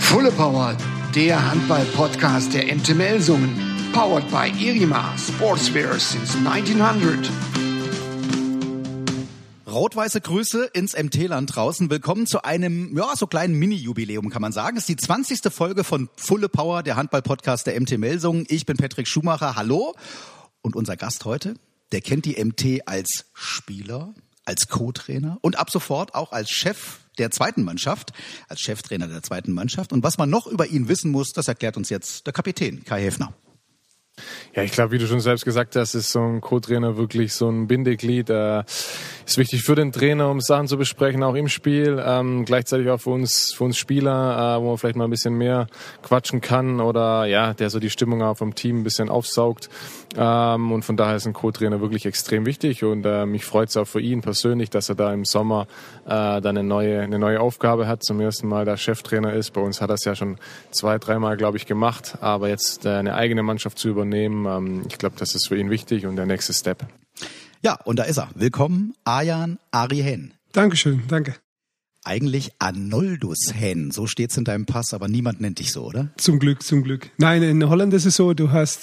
Fulle Power, der Handball-Podcast der MT Melsungen. Powered by Irima Sportswear since 1900. Rot-weiße Grüße ins MT-Land draußen. Willkommen zu einem, so kleinen Mini-Jubiläum, kann man sagen. Es ist die 20. Folge von Fulle Power, der Handball-Podcast der MT Melsungen. Ich bin Patrick Schumacher, hallo. Und unser Gast heute, der kennt die MT als Spieler, als Co-Trainer und ab sofort auch als Chef der zweiten Mannschaft, als Cheftrainer der zweiten Mannschaft. Und was man noch über ihn wissen muss, das erklärt uns jetzt der Kapitän, Kai Häfner. Ja, ich glaube, wie du schon selbst gesagt hast, ist so ein Co-Trainer wirklich so ein Bindeglied. Ist wichtig für den Trainer, um Sachen zu besprechen, auch im Spiel. Gleichzeitig auch für uns Spieler, wo man vielleicht mal ein bisschen mehr quatschen kann oder der so die Stimmung auch vom Team ein bisschen aufsaugt. Und von daher ist ein Co-Trainer wirklich extrem wichtig. Und mich freut es auch für ihn persönlich, dass er da im Sommer dann eine neue Aufgabe hat. Zum ersten Mal da Cheftrainer ist. Bei uns hat er es ja schon 2-3 Mal, glaube ich, gemacht. Aber jetzt eine eigene Mannschaft zu übernehmen, ich glaube, das ist für ihn wichtig und der nächste Step. Ja, und da ist er. Willkommen, Arjan Arihen. Dankeschön, danke. Eigentlich Arnoldus Hen, so steht's in deinem Pass, aber niemand nennt dich so, oder? Zum Glück. Nein, in Holland ist es so, du hast,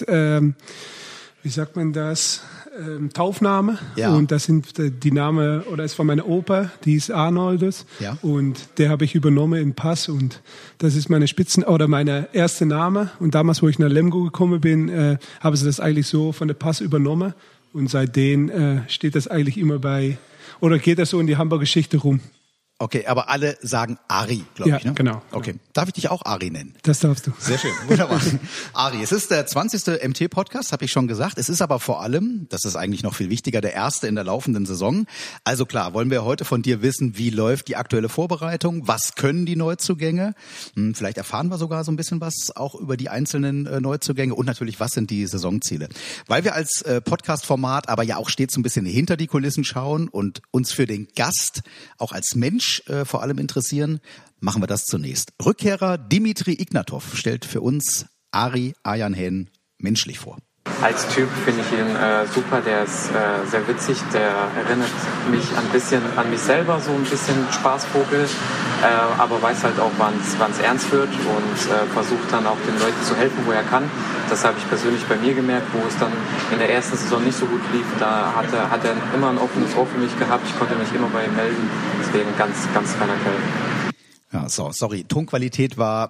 wie sagt man das, Taufname. Ja. Und das sind die Namen, oder ist von meiner Opa, die ist Arnoldus. Ja. Und der habe ich übernommen im Pass und das ist meine meine erste Name. Und damals, wo ich nach Lemgo gekommen bin, haben sie das eigentlich so von der Pass übernommen. Und seitdem steht das eigentlich immer geht das so in die Hamburg-Geschichte rum. Okay, aber alle sagen Ari, glaube ich, ne? Genau. Okay. Darf ich dich auch Ari nennen? Das darfst du. Sehr schön, wunderbar. Ari, es ist der 20. MT-Podcast, habe ich schon gesagt. Es ist aber vor allem, das ist eigentlich noch viel wichtiger, der erste in der laufenden Saison. Also klar, wollen wir heute von dir wissen, wie läuft die aktuelle Vorbereitung? Was können die Neuzugänge? Vielleicht erfahren wir sogar so ein bisschen was auch über die einzelnen Neuzugänge und natürlich, was sind die Saisonziele? Weil wir als Podcast-Format aber ja auch stets so ein bisschen hinter die Kulissen schauen und uns für den Gast auch als Mensch vor allem interessieren, machen wir das zunächst. Rückkehrer Dimitri Ignatov stellt für uns Arjan Hen menschlich vor. Als Typ finde ich ihn super, der ist sehr witzig, der erinnert mich ein bisschen an mich selber, so ein bisschen Spaßvogel, aber weiß halt auch, wann es ernst wird und versucht dann auch den Leuten zu helfen, wo er kann. Das habe ich persönlich bei mir gemerkt, wo es dann in der ersten Saison nicht so gut lief. Da hat er immer ein offenes Ohr für mich gehabt, ich konnte mich immer bei ihm melden, deswegen ganz, ganz feiner Kerl. Ja, sorry, Tonqualität war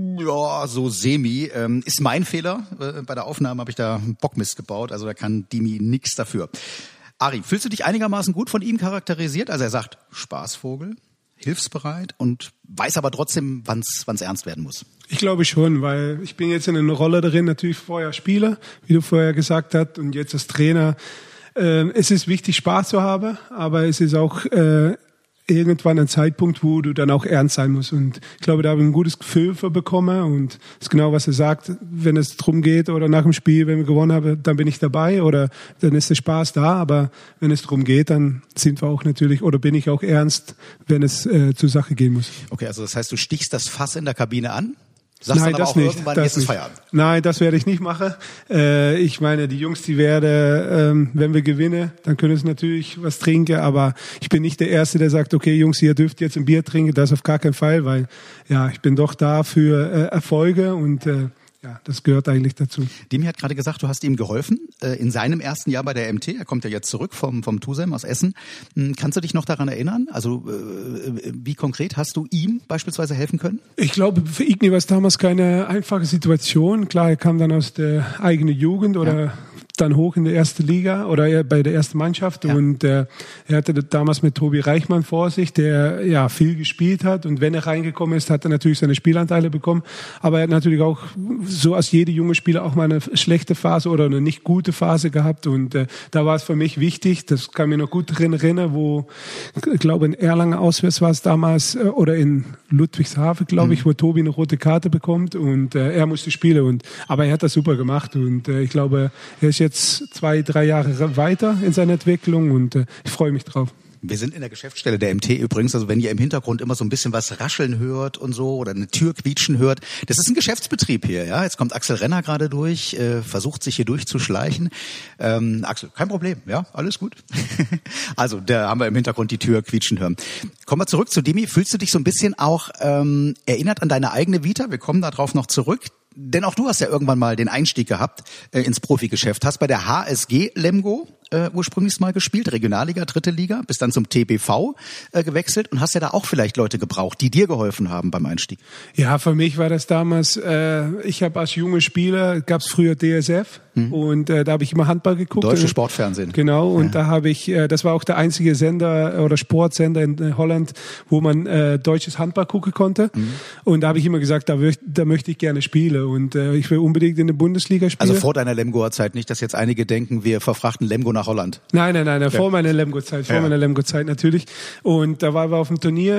so semi. Ist mein Fehler. Bei der Aufnahme habe ich da Bockmist gebaut, also da kann Dimi nix dafür. Ari, fühlst du dich einigermaßen gut von ihm charakterisiert? Also er sagt Spaßvogel, hilfsbereit und weiß aber trotzdem, wann's ernst werden muss. Ich glaube schon, weil ich bin jetzt in einer Rolle drin, natürlich vorher Spieler, wie du vorher gesagt hast, und jetzt als Trainer. Es ist wichtig, Spaß zu haben, aber es ist auch irgendwann ein Zeitpunkt, wo du dann auch ernst sein musst. Und ich glaube, da habe ich ein gutes Gefühl für bekommen. Und das ist genau, was er sagt. Wenn es drum geht oder nach dem Spiel, wenn wir gewonnen haben, dann bin ich dabei oder dann ist der Spaß da. Aber wenn es drum geht, dann sind wir auch natürlich oder bin ich auch ernst, wenn es zur Sache gehen muss. Okay, also das heißt, du stichst das Fass in der Kabine an? Sagst Nein, dann aber das auch nicht. Irgendwann, Das jetzt ist nicht. Feierabend. Nein, das werde ich nicht machen. Ich meine, die Jungs, die werden, wenn wir gewinnen, dann können sie natürlich was trinken. Aber ich bin nicht der Erste, der sagt, okay, Jungs, ihr dürft jetzt ein Bier trinken. Das auf gar keinen Fall, weil ich bin doch da für Erfolge und das gehört eigentlich dazu. Dimi hat gerade gesagt, du hast ihm geholfen in seinem ersten Jahr bei der MT. Er kommt ja jetzt zurück vom TuSem aus Essen. Kannst du dich noch daran erinnern? Also wie konkret hast du ihm beispielsweise helfen können? Ich glaube, für Igni war es damals keine einfache Situation. Klar, er kam dann aus der eigenen Jugend oder dann hoch in der ersten Liga oder bei der ersten Mannschaft und er hatte damals mit Tobi Reichmann vor sich, der viel gespielt hat und wenn er reingekommen ist, hat er natürlich seine Spielanteile bekommen, aber er hat natürlich auch so als jede junge Spieler auch mal eine schlechte Phase oder eine nicht gute Phase gehabt und da war es für mich wichtig, das kann mir noch gut drin erinnern, wo ich glaube in Erlangen auswärts war es damals oder in Ludwigshafen, glaube ich, wo Tobi eine rote Karte bekommt und er musste spielen aber er hat das super gemacht und ich glaube, er ist jetzt 2-3 Jahre weiter in seiner Entwicklung und ich freue mich drauf. Wir sind in der Geschäftsstelle der MT übrigens, also wenn ihr im Hintergrund immer so ein bisschen was rascheln hört und so oder eine Tür quietschen hört, das ist ein Geschäftsbetrieb hier, ja. Jetzt kommt Axel Renner gerade durch, versucht sich hier durchzuschleichen. Axel, kein Problem, ja, alles gut. Also, da haben wir im Hintergrund die Tür quietschen hören. Kommen wir zurück zu Dimi. Fühlst du dich so ein bisschen auch erinnert an deine eigene Vita? Wir kommen darauf noch zurück. Denn auch du hast ja irgendwann mal den Einstieg gehabt ins Profigeschäft. Hast bei der HSG Lemgo ursprünglich mal gespielt, Regionalliga, 3. Liga, bist dann zum TBV gewechselt und hast ja da auch vielleicht Leute gebraucht, die dir geholfen haben beim Einstieg. Ja, für mich war das damals, ich habe als junger Spieler, gab es früher DSF und da habe ich immer Handball geguckt. Deutsche Sportfernsehen. Genau, und da habe ich, das war auch der einzige Sender oder Sportsender in Holland, wo man deutsches Handball gucken konnte. Und da habe ich immer gesagt, da möchte ich gerne spielen und ich will unbedingt in der Bundesliga spielen. Also vor deiner Lemgoer Zeit, nicht, dass jetzt einige denken, wir verfrachten Lemgo nach Holland. Nein, vor meiner Lemgo-Zeit, meiner Lemgo-Zeit natürlich. Und da waren wir auf dem Turnier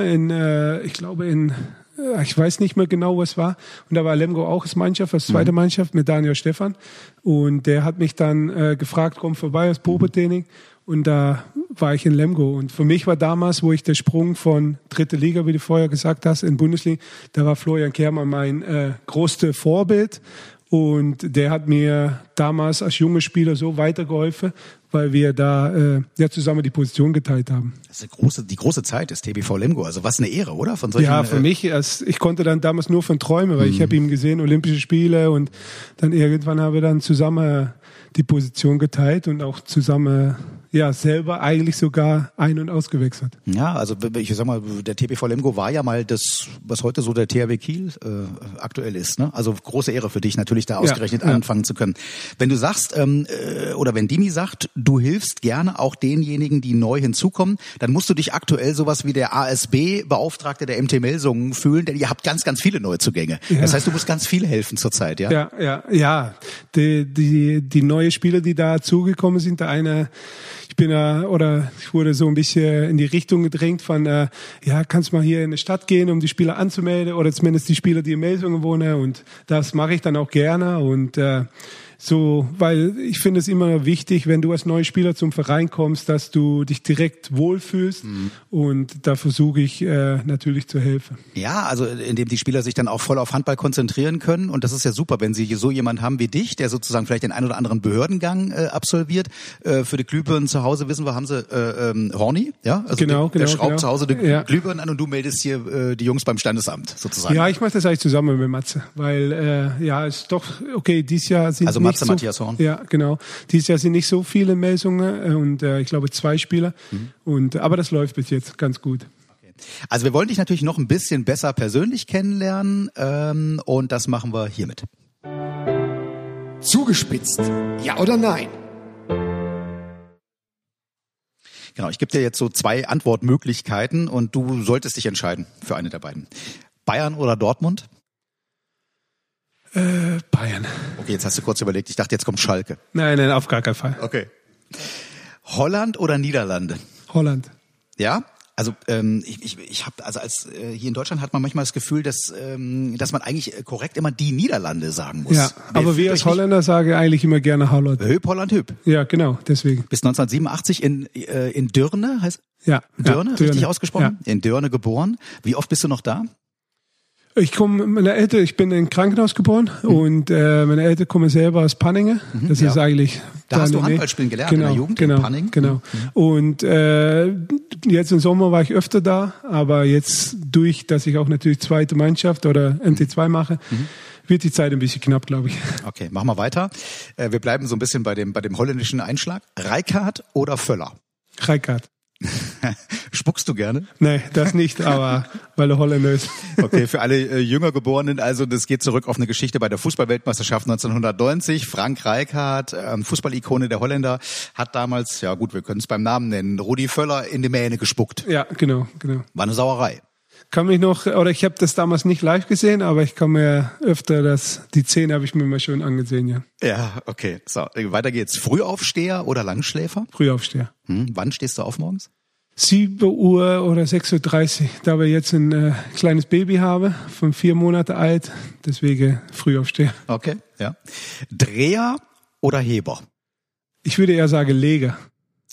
ich weiß nicht mehr genau, was war. Und da war Lemgo auch als Mannschaft, als zweite Mannschaft mit Daniel Stephan. Und der hat mich dann gefragt, komm vorbei als Probetraining. Und da war ich in Lemgo. Und für mich war damals, wo ich der Sprung von 3. Liga, wie du vorher gesagt hast, in Bundesliga, da war Florian Kehrmann mein größtes Vorbild. Und der hat mir damals als junger Spieler so weitergeholfen, weil wir da zusammen die Position geteilt haben. Das ist die große Zeit des TBV Lemgo. Also was eine Ehre, oder? Von solchen, ja, für mich, ich konnte dann damals nur von träumen, weil ich habe ihn gesehen, Olympische Spiele, und dann irgendwann haben wir dann zusammen die Position geteilt und auch zusammen selber eigentlich sogar ein- und ausgewechselt. Ja, also ich sag mal, der TBV Lemgo war ja mal das, was heute so der THW Kiel aktuell ist. Ne? Also große Ehre für dich natürlich, da ausgerechnet anfangen zu können. Wenn du sagst, oder wenn Dimi sagt, du hilfst gerne auch denjenigen, die neu hinzukommen, dann musst du dich aktuell sowas wie der ASB-Beauftragte der MT Melsungen fühlen, denn ihr habt ganz, ganz viele Neuzugänge. Ja. Das heißt, du musst ganz viel helfen zurzeit, ja? Ja. Die neue Spieler, die da zugekommen sind, ich wurde so ein bisschen in die Richtung gedrängt von, kannst mal hier in die Stadt gehen, um die Spieler anzumelden, oder zumindest die Spieler, die in Melsungen wohnen, und das mache ich dann auch gerne, und weil ich finde es immer wichtig, wenn du als neuer Spieler zum Verein kommst, dass du dich direkt wohlfühlst, und da versuche ich natürlich zu helfen. Ja, also indem die Spieler sich dann auch voll auf Handball konzentrieren können, und das ist ja super, wenn sie so jemand haben wie dich, der sozusagen vielleicht den einen oder anderen Behördengang absolviert. Für die Glühbirnen zu Hause, wissen wir, haben sie Horny, ja? Also der schraubt zu Hause die Glühbirnen an und du meldest hier die Jungs beim Standesamt sozusagen. Ja, ich mache das eigentlich zusammen mit Matze, weil es ist doch, okay, dieses Jahr sind also Matze, Matthias Horn. Ja, genau. Dieses Jahr sind nicht so viele Melsungen und ich glaube 2 Spieler. Aber das läuft bis jetzt ganz gut. Okay. Also wir wollen dich natürlich noch ein bisschen besser persönlich kennenlernen und das machen wir hiermit. Zugespitzt, ja oder nein? Genau, ich gebe dir jetzt so 2 Antwortmöglichkeiten und du solltest dich entscheiden für eine der beiden. Bayern oder Dortmund? Bayern. Okay, jetzt hast du kurz überlegt. Ich dachte, jetzt kommt Schalke. Nein, auf gar keinen Fall. Okay. Holland oder Niederlande? Holland. Ja? Also ich habe als hier in Deutschland hat man manchmal das Gefühl, dass man eigentlich korrekt immer die Niederlande sagen muss. Ja, aber wir als Holländer sagen eigentlich immer gerne Holland. Hüb, Holland, Hüb. Ja, genau, deswegen. Bis 1987 in Deurne heißt? Ja. Deurne, richtig ausgesprochen? Ja. In Deurne geboren. Wie oft bist du noch da? Ich bin in Krankenhaus geboren und meine Eltern kommen selber aus Panningen. Das ist eigentlich... Da hast du Handball spielen gelernt in der Jugend in Panningen? Genau. Und jetzt im Sommer war ich öfter da, aber jetzt dass ich auch natürlich zweite Mannschaft oder MT2 mache, wird die Zeit ein bisschen knapp, glaube ich. Okay, machen wir weiter. Wir bleiben so ein bisschen bei dem holländischen Einschlag. Rijkaard oder Völler? Rijkaard. Spuckst du gerne? Nee, das nicht, aber weil er Holländer ist. Okay, für alle jünger Geborenen, also das geht zurück auf eine Geschichte bei der Fußballweltmeisterschaft 1990. Frank Rijkaard, Fußballikone der Holländer, hat damals, ja gut, wir können es beim Namen nennen, Rudi Völler in die Mähne gespuckt. Ja, genau. War eine Sauerei. Ich habe das damals nicht live gesehen, aber ich kann mir öfter die Szene habe ich mir mal schon angesehen, ja. Ja, okay. So, weiter geht's. Frühaufsteher oder Langschläfer? Frühaufsteher. Wann stehst du auf morgens? 7 Uhr oder 6:30 Uhr, da wir jetzt ein kleines Baby haben, von 4 Monate alt, deswegen Frühaufsteher. Okay, ja. Dreher oder Heber? Ich würde eher sagen Leger.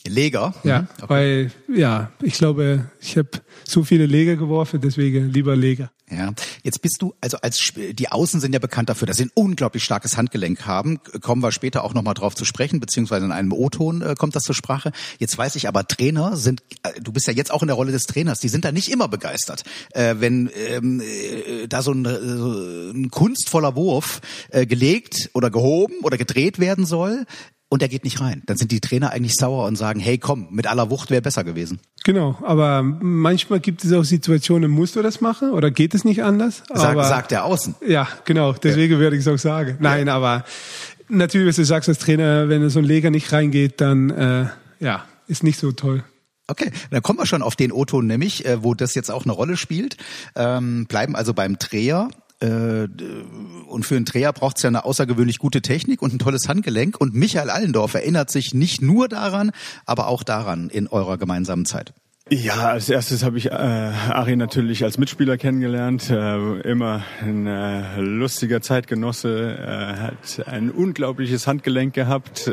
Leger? Ja, okay. Weil, ich glaube, ich habe so viele Leger geworfen, deswegen lieber Leger. Ja, jetzt bist du, also die Außen sind ja bekannt dafür, dass sie ein unglaublich starkes Handgelenk haben. Kommen wir später auch nochmal drauf zu sprechen, beziehungsweise in einem O-Ton kommt das zur Sprache. Jetzt weiß ich aber, Trainer sind, du bist ja jetzt auch in der Rolle des Trainers, die sind da nicht immer begeistert. Wenn da so ein kunstvoller Wurf gelegt oder gehoben oder gedreht werden soll, und der geht nicht rein. Dann sind die Trainer eigentlich sauer und sagen, hey komm, mit aller Wucht wäre besser gewesen. Genau, aber manchmal gibt es auch Situationen, musst du das machen oder geht es nicht anders? Sagt der Außen. Ja, genau, deswegen werde ich es auch sagen. Nein, aber natürlich, was du sagst als Trainer, wenn so ein Leger nicht reingeht, dann ist nicht so toll. Okay, dann kommen wir schon auf den O-Ton nämlich, wo das jetzt auch eine Rolle spielt. Bleiben also beim Dreher. Und für einen Dreher braucht es ja eine außergewöhnlich gute Technik und ein tolles Handgelenk. Und Michael Allendorf erinnert sich nicht nur daran, aber auch daran in eurer gemeinsamen Zeit. Ja, als erstes habe ich Ari natürlich als Mitspieler kennengelernt. Immer ein lustiger Zeitgenosse. Hat ein unglaubliches Handgelenk gehabt.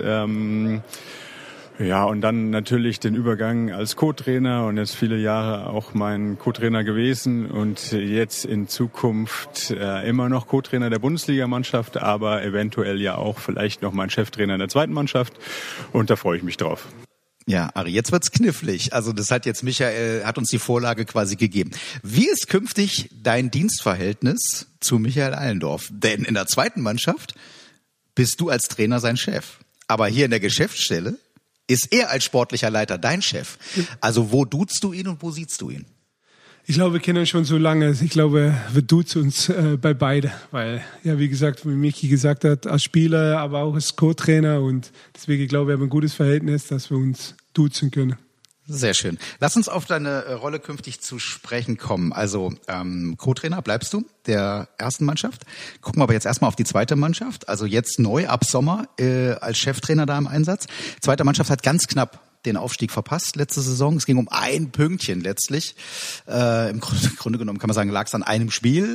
Ja, und dann natürlich den Übergang als Co-Trainer und jetzt viele Jahre auch mein Co-Trainer gewesen und jetzt in Zukunft immer noch Co-Trainer der Bundesligamannschaft, aber eventuell ja auch vielleicht noch mein Cheftrainer in der zweiten Mannschaft und da freue ich mich drauf. Ja, Ari, jetzt wird's knifflig. Also das hat jetzt Michael, hat uns die Vorlage quasi gegeben. Wie ist künftig dein Dienstverhältnis zu Michael Allendorf? Denn in der zweiten Mannschaft bist du als Trainer sein Chef. Aber hier in der Geschäftsstelle ist er als sportlicher Leiter dein Chef. Also wo duzt du ihn und wo siehst du ihn? Ich glaube, wir kennen uns schon so lange. Ich glaube, wir duzen uns bei beide. Weil, ja, wie gesagt, wie Michi gesagt hat, als Spieler, aber auch als Co-Trainer. Und deswegen, ich glaube, wir haben ein gutes Verhältnis, dass wir uns duzen können. Sehr schön. Lass uns auf deine Rolle künftig zu sprechen kommen. Also Co-Trainer bleibst du der ersten Mannschaft. Gucken wir aber jetzt erstmal auf die zweite Mannschaft. Also jetzt neu ab Sommer als Cheftrainer da im Einsatz. Zweite Mannschaft hat ganz knapp den Aufstieg verpasst letzte Saison. Es ging um ein Pünktchen letztlich. Im Grunde genommen kann man sagen, lag es an einem Spiel,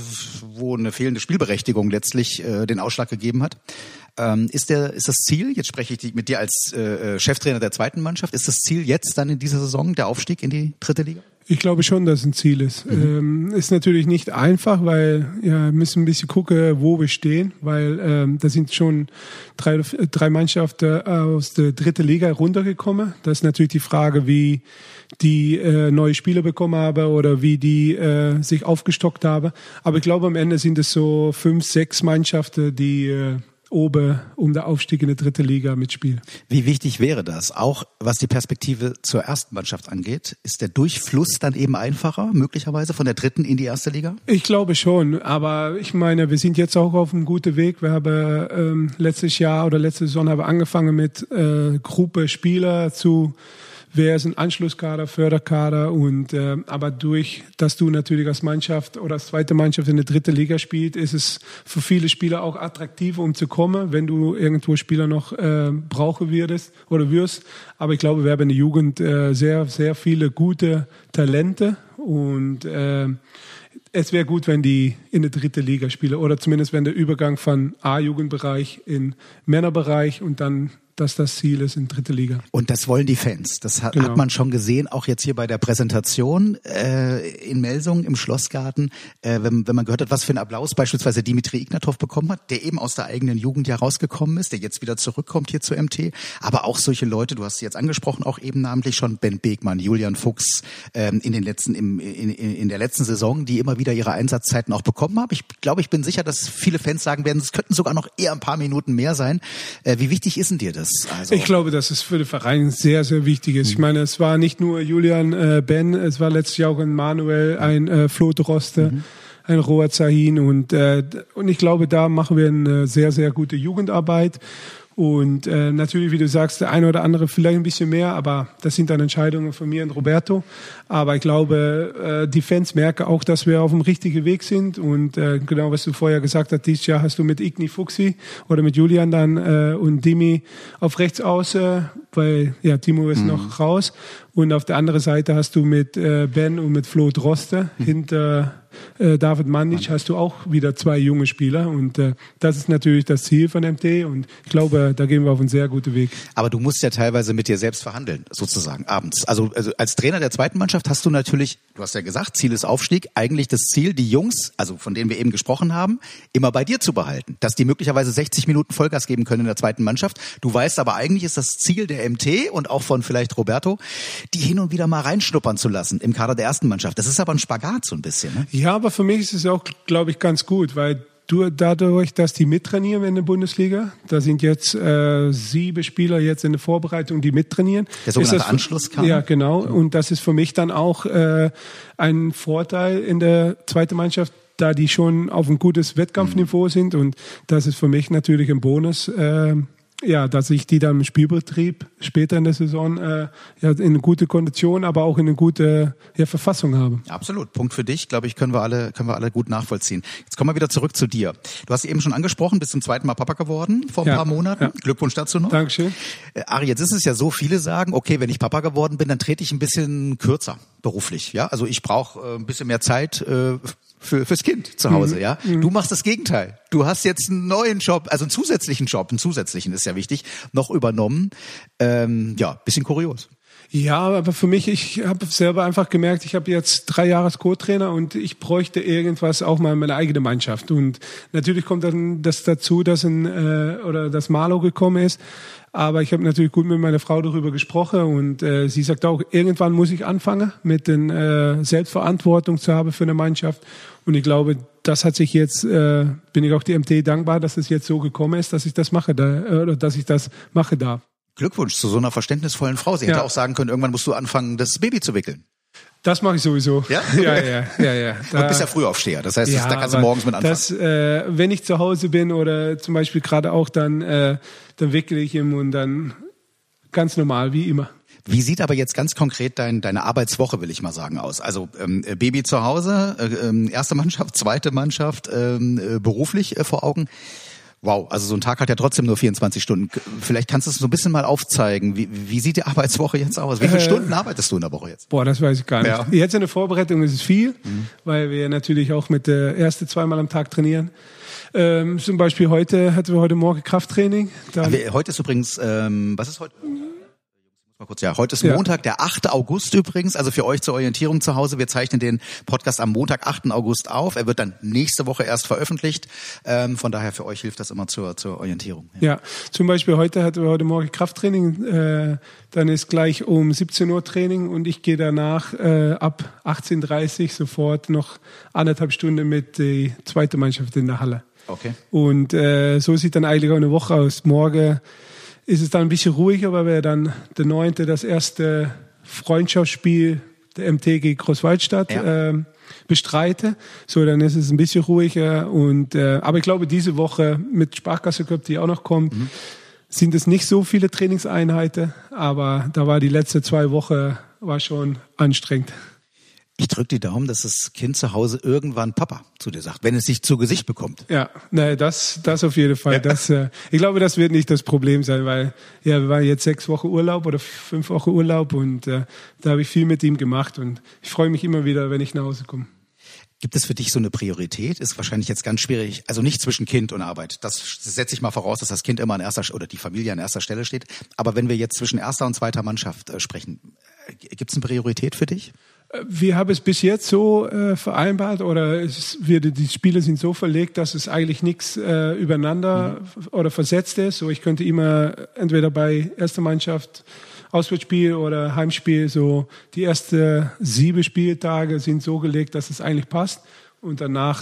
wo eine fehlende Spielberechtigung letztlich den Ausschlag gegeben hat. Ist das Ziel, jetzt spreche ich mit dir als Cheftrainer der zweiten Mannschaft, ist das Ziel jetzt dann in dieser Saison der Aufstieg in die dritte Liga? Ich glaube schon, dass es ein Ziel ist. Ist natürlich nicht einfach, weil wir müssen ein bisschen gucken, wo wir stehen, weil da sind schon drei Mannschaften aus der dritten Liga runtergekommen. Das ist natürlich die Frage, wie die neue Spieler bekommen haben oder wie die sich aufgestockt haben. Aber ich glaube, am Ende sind es so 5, 6 Mannschaften, die oben um den Aufstieg in die dritte Liga mitspielen. Wie wichtig wäre das? Auch was die Perspektive zur ersten Mannschaft angeht, ist der Durchfluss dann eben einfacher, möglicherweise von der dritten in die erste Liga? Ich glaube schon, aber ich meine, wir sind jetzt auch auf einem guten Weg. Wir haben letzte Saison haben wir angefangen mit Gruppe Spieler wer ist ein Anschlusskader, Förderkader und aber durch, dass du natürlich als Mannschaft oder als zweite Mannschaft in der dritten Liga spielst, ist es für viele Spieler auch attraktiver, um zu kommen, wenn du irgendwo Spieler noch brauchen wirst. Aber ich glaube, wir haben in der Jugend sehr, sehr viele gute Talente und es wäre gut, wenn die in der dritten Liga spielen oder zumindest wenn der Übergang von A-Jugendbereich in Männerbereich und dann dass das Ziel ist in dritte Liga. Und das wollen die Fans. Das hat man schon gesehen, auch jetzt hier bei der Präsentation in Melsungen im Schlossgarten, wenn man gehört hat, was für einen Applaus beispielsweise Dimitri Ignatov bekommen hat, der eben aus der eigenen Jugend ja rausgekommen ist, der jetzt wieder zurückkommt hier zur MT. Aber auch solche Leute, du hast sie jetzt angesprochen, auch eben namentlich schon Ben Beekmann, Julian Fuchs in der letzten Saison, die immer wieder ihre Einsatzzeiten auch bekommen haben. Ich glaube, ich bin sicher, dass viele Fans sagen werden, es könnten sogar noch eher ein paar Minuten mehr sein. Wie wichtig ist denn dir das? Also ich glaube, dass es für den Verein sehr, sehr wichtig ist. Ich meine, es war nicht nur Julian, Ben, es war letztlich auch ein Manuel, ein Flo Droste, ein Roa Zahin und ich glaube, da machen wir eine sehr, sehr gute Jugendarbeit. Und natürlich, wie du sagst, der eine oder andere vielleicht ein bisschen mehr, aber das sind dann Entscheidungen von mir und Roberto. Aber ich glaube, die Fans merken auch, dass wir auf dem richtigen Weg sind. Und genau, was du vorher gesagt hast, dieses Jahr hast du mit Igni Fuchsi oder mit Julian dann und Dimi auf rechts außen, weil ja Timo ist noch raus. Und auf der anderen Seite hast du mit Ben und mit Flo Droste hinter David Mandic hast du auch wieder 2 junge Spieler und das ist natürlich das Ziel von MT und ich glaube, da gehen wir auf einen sehr guten Weg. Aber du musst ja teilweise mit dir selbst verhandeln, sozusagen abends. Also als Trainer der zweiten Mannschaft hast du natürlich, du hast ja gesagt, Ziel ist Aufstieg, eigentlich das Ziel, die Jungs, also von denen wir eben gesprochen haben, immer bei dir zu behalten, dass die möglicherweise 60 Minuten Vollgas geben können in der zweiten Mannschaft. Du weißt aber, eigentlich ist das Ziel der MT und auch von vielleicht Roberto, die hin und wieder mal reinschnuppern zu lassen im Kader der ersten Mannschaft. Das ist aber ein Spagat so ein bisschen. Ne? Ja, aber für mich ist es auch, glaube ich, ganz gut, weil dadurch, dass die mittrainieren in der Bundesliga, da sind jetzt 7 Spieler jetzt in der Vorbereitung, die mittrainieren. Der sogenannte Anschlusskader? Ja, genau. Und das ist für mich dann auch ein Vorteil in der zweiten Mannschaft, da die schon auf ein gutes Wettkampfniveau sind. Und das ist für mich natürlich ein Bonus, dass ich die dann im Spielbetrieb später in der Saison in eine gute Kondition, aber auch in eine gute Verfassung habe. Absolut. Punkt für dich, glaube ich, können wir alle gut nachvollziehen. Jetzt kommen wir wieder zurück zu dir. Du hast eben schon angesprochen, bist zum zweiten Mal Papa geworden vor ein paar Monaten. Ja. Glückwunsch dazu noch. Dankeschön. Ari, jetzt ist es ja so, viele sagen, okay, wenn ich Papa geworden bin, dann trete ich ein bisschen kürzer beruflich. Ja, also ich brauche ein bisschen mehr Zeit fürs Kind zu Hause, ja. Du machst das Gegenteil. Du hast jetzt einen neuen Job, also einen zusätzlichen ist ja wichtig, noch übernommen. Bisschen kurios. Ja, aber für mich, ich habe selber einfach gemerkt, ich habe jetzt 3 Jahre als Co-Trainer und ich bräuchte irgendwas auch mal in meiner eigenen Mannschaft. Und natürlich kommt dann das dazu, dass dass Marlo gekommen ist. Aber ich habe natürlich gut mit meiner Frau darüber gesprochen und sie sagt auch, irgendwann muss ich anfangen, mit den Selbstverantwortung zu haben für eine Mannschaft. Und ich glaube, das hat sich jetzt, bin ich auch die MT dankbar, dass es jetzt so gekommen ist, dass ich das mache, dass ich das mache darf. Glückwunsch zu so einer verständnisvollen Frau. Sie hätte auch sagen können, irgendwann musst du anfangen, das Baby zu wickeln. Das mache ich sowieso. Ja? Ja. Du bist ja Frühaufsteher, das heißt, da kannst du morgens mit anfangen. Wenn ich zu Hause bin oder zum Beispiel gerade auch, dann wickele ich ihn und dann ganz normal, wie immer. Wie sieht aber jetzt ganz konkret deine Arbeitswoche, will ich mal sagen, aus? Also Baby zu Hause, erste Mannschaft, zweite Mannschaft, beruflich vor Augen. Wow, also so ein Tag hat ja trotzdem nur 24 Stunden. Vielleicht kannst du es so ein bisschen mal aufzeigen. Wie sieht die Arbeitswoche jetzt aus? Wie viele Stunden arbeitest du in der Woche jetzt? Das weiß ich gar nicht. Ja. Jetzt in der Vorbereitung ist es viel, weil wir natürlich auch mit der erste 2-mal am Tag trainieren. Zum Beispiel hatten wir heute Morgen Krafttraining. Heute ist übrigens, was ist heute? Heute ist Montag, der 8. August übrigens, also für euch zur Orientierung zu Hause. Wir zeichnen den Podcast am Montag, 8. August auf. Er wird dann nächste Woche erst veröffentlicht. Von daher für euch hilft das immer zur Orientierung. Ja, zum Beispiel hatten wir heute Morgen Krafttraining. Dann ist gleich um 17 Uhr Training und ich gehe danach ab 18:30 Uhr sofort noch 1,5 Stunden mit der zweiten Mannschaft in der Halle. Okay. Und so sieht dann eigentlich auch eine Woche aus. Morgen ist es dann ein bisschen ruhiger, weil wir dann der 9. das erste Freundschaftsspiel der MT gegen Großwaldstadt bestreiten. So, dann ist es ein bisschen ruhiger. Aber ich glaube, diese Woche mit Sparkasse Cup, die auch noch kommt, sind es nicht so viele Trainingseinheiten. Aber da war die letzte 2 Wochen war schon anstrengend. Ich drücke die Daumen, dass das Kind zu Hause irgendwann Papa zu dir sagt, wenn es sich zu Gesicht bekommt. Ja, das auf jeden Fall. Ja. Ich glaube, das wird nicht das Problem sein, weil wir waren jetzt 6 Wochen Urlaub oder 5 Wochen Urlaub und da habe ich viel mit ihm gemacht und ich freue mich immer wieder, wenn ich nach Hause komme. Gibt es für dich so eine Priorität? Ist wahrscheinlich jetzt ganz schwierig, also nicht zwischen Kind und Arbeit. Das setze ich mal voraus, dass das Kind immer oder die Familie an erster Stelle steht. Aber wenn wir jetzt zwischen erster und zweiter Mannschaft sprechen, gibt es eine Priorität für dich? Wir haben es bis jetzt so vereinbart oder die Spiele sind so verlegt, dass es eigentlich nichts übereinander oder versetzt ist. So, ich könnte immer entweder bei erster Mannschaft Auswärtsspiel oder Heimspiel, so die ersten 7 Spieltage sind so gelegt, dass es eigentlich passt. Und danach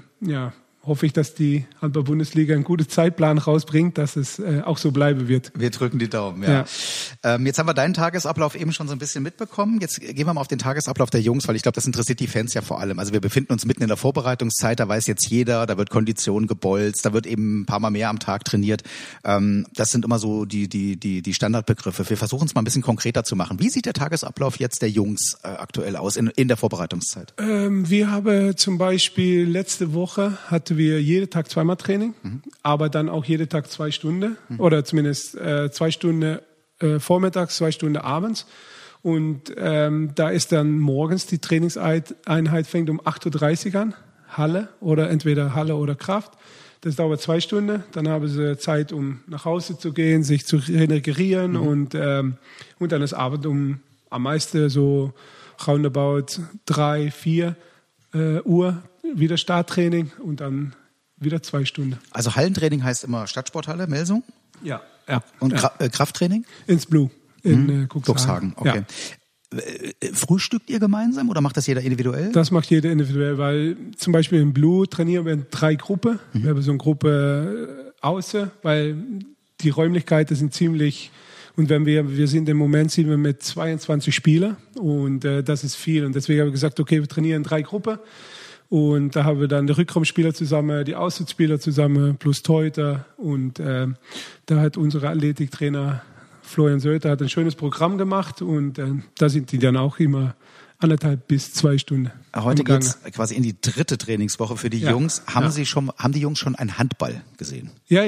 hoffe ich, dass die Handball-Bundesliga einen guten Zeitplan rausbringt, dass es auch so bleiben wird. Wir drücken die Daumen, ja. Jetzt haben wir deinen Tagesablauf eben schon so ein bisschen mitbekommen. Jetzt gehen wir mal auf den Tagesablauf der Jungs, weil ich glaube, das interessiert die Fans ja vor allem. Also wir befinden uns mitten in der Vorbereitungszeit, da weiß jetzt jeder, da wird Kondition gebolzt, da wird eben ein paar Mal mehr am Tag trainiert. Das sind immer so die Standardbegriffe. Wir versuchen es mal ein bisschen konkreter zu machen. Wie sieht der Tagesablauf jetzt der Jungs aktuell aus in der Vorbereitungszeit? Wir haben zum Beispiel letzte Woche hatten wir jeden Tag 2-mal Training, aber dann auch jeden Tag 2 Stunden oder zumindest 2 Stunden vormittags, 2 Stunden abends. Und da ist dann morgens die Trainingseinheit fängt um 8.30 Uhr an, Halle oder entweder Halle oder Kraft. Das dauert 2 Stunden. Dann haben sie Zeit, um nach Hause zu gehen, sich zu regenerieren und dann ist Abend am meisten so roundabout 3-4 Uhr wieder Starttraining und dann wieder 2 Stunden. Also Hallentraining heißt immer Stadtsporthalle, Melsung? Ja. Und Krafttraining? Ins Blue in Cuxhaven. Okay. Ja. Frühstückt ihr gemeinsam oder macht das jeder individuell? Das macht jeder individuell, weil zum Beispiel im Blue trainieren wir in 3 Gruppen. Wir haben so eine Gruppe außen, weil die Räumlichkeiten sind ziemlich, und wenn wir sind im Moment sind wir mit 22 Spielern und das ist viel und deswegen haben wir gesagt, okay, wir trainieren in 3 Gruppen und da haben wir dann die Rückraumspieler zusammen, die Außenspieler zusammen plus Torhüter und da hat unser Athletiktrainer Florian Söter hat ein schönes Programm gemacht und da sind die dann auch immer 1,5 bis 2 Stunden. Heute geht's quasi in die 3. Trainingswoche für die Jungs. Haben die Jungs schon einen Handball gesehen? Ja.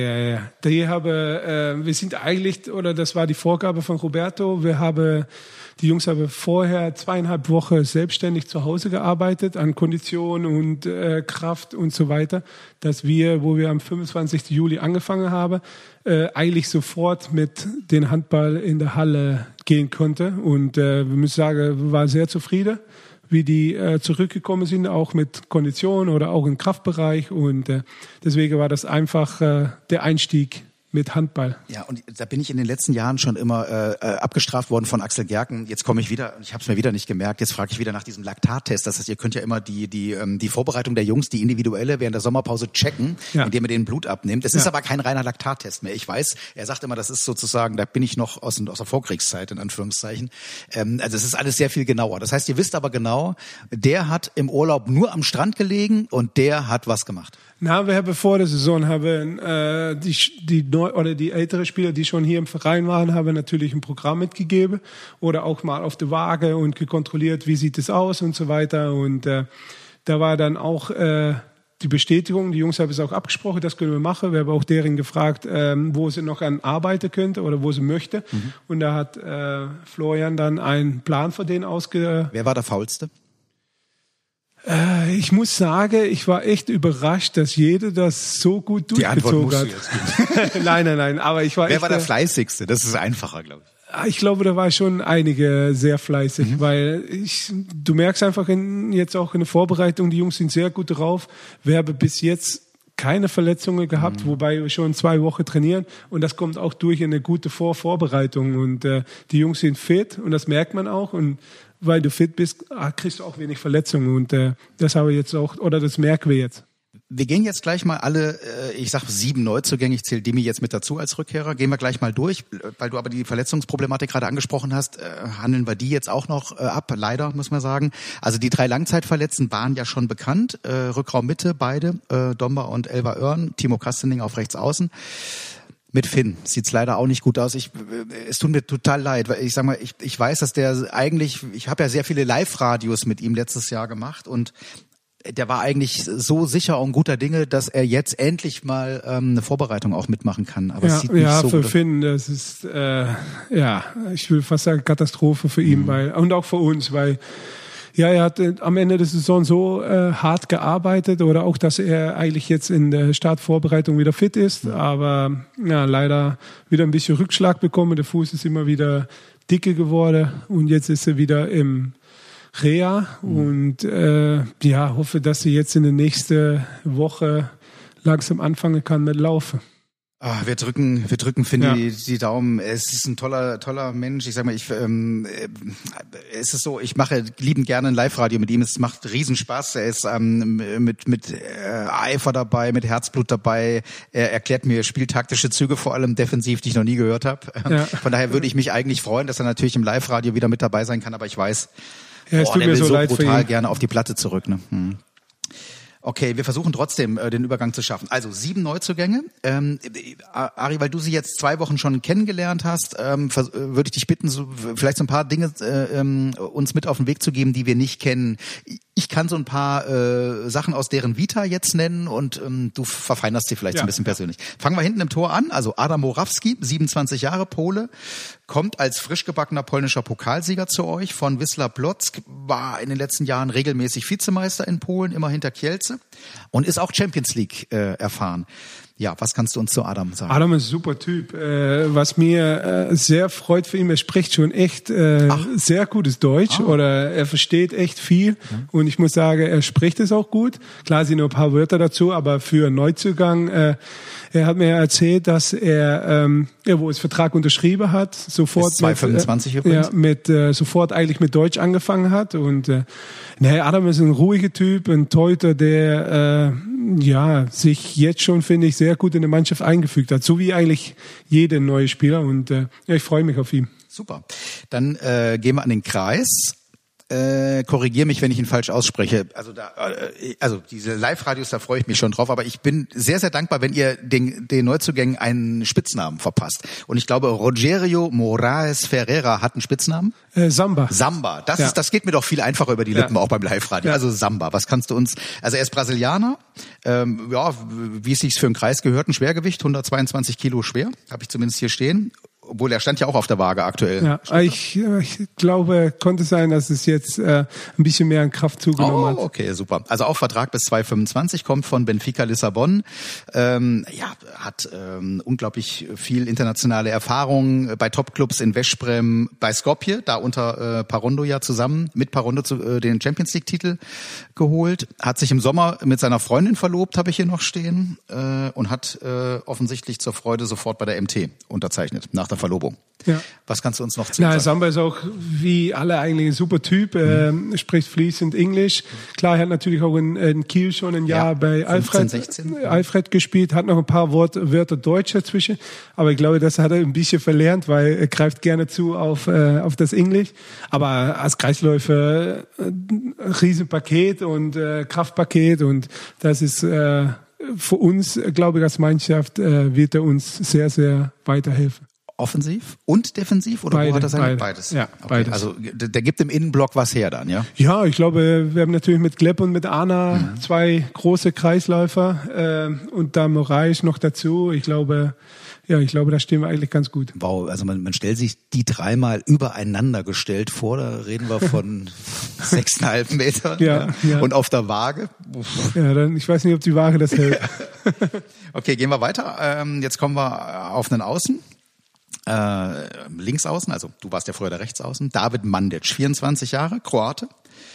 Wir sind eigentlich, oder das war die Vorgabe von Roberto, die Jungs haben vorher 2,5 Wochen selbstständig zu Hause gearbeitet an Kondition und Kraft und so weiter, dass wo wir am 25. Juli angefangen haben, eigentlich sofort mit dem Handball in der Halle gehen konnte. Und wir müssen sagen, wir waren sehr zufrieden, wie die zurückgekommen sind, auch mit Kondition oder auch im Kraftbereich. Und deswegen war das einfach der Einstieg mit Handball. Ja, und da bin ich in den letzten Jahren schon immer abgestraft worden von Axel Gerken. Jetzt komme ich wieder, ich habe es mir wieder nicht gemerkt, jetzt frage ich wieder nach diesem Laktattest. Das heißt, ihr könnt ja immer die Vorbereitung der Jungs, die individuelle, während der Sommerpause checken, indem ihr denen Blut abnimmt. Es ist aber kein reiner Laktattest mehr. Ich weiß, er sagt immer, das ist sozusagen, da bin ich noch aus der Vorkriegszeit, in Anführungszeichen. Also es ist alles sehr viel genauer. Das heißt, ihr wisst aber genau, der hat im Urlaub nur am Strand gelegen und der hat was gemacht. Na, wir haben vor der Saison die älteren Spieler, die schon hier im Verein waren, haben natürlich ein Programm mitgegeben oder auch mal auf der Waage und gekontrolliert, wie sieht es aus und so weiter. Und da war dann auch die Bestätigung, die Jungs haben es auch abgesprochen, das können wir machen. Wir haben auch deren gefragt, wo sie noch an arbeiten könnte oder wo sie möchte. Und da hat Florian dann einen Plan für den Wer war der Faulste? Ich muss sagen, ich war echt überrascht, dass jeder das so gut durchgezogen hat. Die Antwort musst du jetzt geben. Nein, aber ich war Wer war der Fleißigste? Das ist einfacher, glaube ich. Ich glaube, da war schon einige sehr fleißig, weil du merkst einfach jetzt auch in der Vorbereitung, die Jungs sind sehr gut drauf. Wir haben bis jetzt keine Verletzungen gehabt, wobei wir schon 2 Wochen trainieren und das kommt auch durch eine gute Vorbereitung und die Jungs sind fit und das merkt man auch und weil du fit bist, kriegst du auch wenig Verletzungen und das haben wir jetzt auch, oder das merken wir jetzt. Wir gehen jetzt gleich mal alle, ich sag 7 Neuzugänge, ich zähle Dimi jetzt mit dazu als Rückkehrer, gehen wir gleich mal durch, weil du aber die Verletzungsproblematik gerade angesprochen hast, handeln wir die jetzt auch noch ab, leider muss man sagen. Also die 3 Langzeitverletzten waren ja schon bekannt, Rückraum Mitte beide, Domba und Elva Oern, Timo Kastening auf rechts außen. Mit Finn sieht's leider auch nicht gut aus. Es tut mir total leid, weil ich sag mal, ich weiß, dass der eigentlich, ich habe ja sehr viele Live-Radios mit ihm letztes Jahr gemacht und der war eigentlich so sicher und guter Dinge, dass er jetzt endlich mal eine Vorbereitung auch mitmachen kann. Aber es sieht nicht so für gut Finn, das ist ich will fast sagen Katastrophe für ihn, und auch für uns, weil er hat am Ende der Saison so hart gearbeitet oder auch, dass er eigentlich jetzt in der Startvorbereitung wieder fit ist, aber leider wieder ein bisschen Rückschlag bekommen. Der Fuß ist immer wieder dicke geworden und jetzt ist er wieder im Reha und hoffe, dass sie jetzt in der nächsten Woche langsam anfangen kann mit Laufen. Wir drücken Finn die Daumen. Es ist ein toller Mensch. Ich sag mal, es ist so, ich mache liebend gerne ein Live-Radio mit ihm. Es macht Riesenspaß. Er ist mit Eifer dabei, mit Herzblut dabei. Er erklärt mir spieltaktische Züge, vor allem defensiv, die ich noch nie gehört habe. Ja. Von daher würde ich mich eigentlich freuen, dass er natürlich im Live-Radio wieder mit dabei sein kann. Aber ich weiß, es tut mir so leid brutal für ihn. Gerne auf die Platte zurück. Ne? Okay, wir versuchen trotzdem den Übergang zu schaffen. Also 7 Neuzugänge. Ari, weil du sie jetzt 2 Wochen schon kennengelernt hast, würde ich dich bitten, vielleicht so ein paar Dinge uns mit auf den Weg zu geben, die wir nicht kennen. Ich kann so ein paar Sachen aus deren Vita jetzt nennen und du verfeinerst sie vielleicht so ein bisschen persönlich. Fangen wir hinten im Tor an. Also Adam Morawski, 27 Jahre, Pole, kommt als frisch gebackener polnischer Pokalsieger zu euch von Wisła Płock, war in den letzten Jahren regelmäßig Vizemeister in Polen, immer hinter Kielce und ist auch Champions League erfahren. Ja, was kannst du uns zu Adam sagen? Adam ist ein super Typ. Was mir sehr freut für ihn, er spricht schon echt sehr gutes Deutsch oder er versteht echt viel und ich muss sagen, er spricht es auch gut. Klar sind nur ein paar Wörter dazu, aber für einen Neuzugang, er hat mir erzählt, dass er, wo es Vertrag unterschrieben hat, sofort bis 2025 übrigens. Sofort eigentlich mit Deutsch angefangen hat und Adam ist ein ruhiger Typ, ein Torhüter, der sich jetzt schon, finde ich, sehr gut in der Mannschaft eingefügt hat, so wie eigentlich jeder neue Spieler und ich freue mich auf ihn. Super. Dann gehen wir an den Kreis. Korrigiere mich, wenn ich ihn falsch ausspreche. Also diese Live-Radios, da freue ich mich schon drauf, aber ich bin sehr, sehr dankbar, wenn ihr den Neuzugängen einen Spitznamen verpasst. Und ich glaube, Rogério Moraes Ferreira hat einen Spitznamen? Samba. Samba. Das geht mir doch viel einfacher über die Lippen, auch beim Live-Radio. Ja. Also Samba. Was kannst du uns, also er ist Brasilianer, wie es sich für einen Kreis gehört, ein Schwergewicht, 122 Kilo schwer, habe ich zumindest hier stehen. Obwohl, er stand ja auch auf der Waage aktuell. Ja, ich glaube, konnte sein, dass es jetzt ein bisschen mehr an Kraft zugenommen hat. Okay, super. Also auch Vertrag bis 2025, kommt von Benfica Lissabon. Hat unglaublich viel internationale Erfahrung bei Topclubs in Veszprem, bei Skopje, da unter Parondo ja zusammen, mit Parondo den Champions League-Titel geholt. Hat sich im Sommer mit seiner Freundin verlobt, habe ich hier noch stehen, und hat offensichtlich zur Freude sofort bei der MT unterzeichnet, nach der Verlobung. Ja. Was kannst du uns noch zu sagen? Samba ist auch wie alle eigentlich ein super Typ, spricht fließend Englisch. Klar, er hat natürlich auch in Kiel schon ein Jahr bei 15, Alfred gespielt, hat noch ein paar Wörter Deutsch dazwischen, aber ich glaube, das hat er ein bisschen verlernt, weil er greift gerne zu auf das Englisch. Aber als Kreisläufer ein Riesenpaket und Kraftpaket und das ist für uns, glaube ich, als Mannschaft wird er uns sehr, sehr weiterhelfen. Offensiv und defensiv oder wo hat er seine? Beides. Ja, okay. beides. Also der gibt im Innenblock was her dann, ja? Ja, ich glaube, wir haben natürlich mit Glepp und mit Anna 2 große Kreisläufer und da Moraes noch dazu. Ich glaube, da stehen wir eigentlich ganz gut. Wow, also man stellt sich die 3 mal übereinander gestellt vor, da reden wir von 6,5 Metern. Ja. Und auf der Waage. Ja, dann, ich weiß nicht, ob die Waage das hält. Okay, gehen wir weiter. Jetzt kommen wir auf einen Außen. Linksaußen, also du warst ja früher der Rechtsaußen. David Mandic, 24 Jahre, Kroate.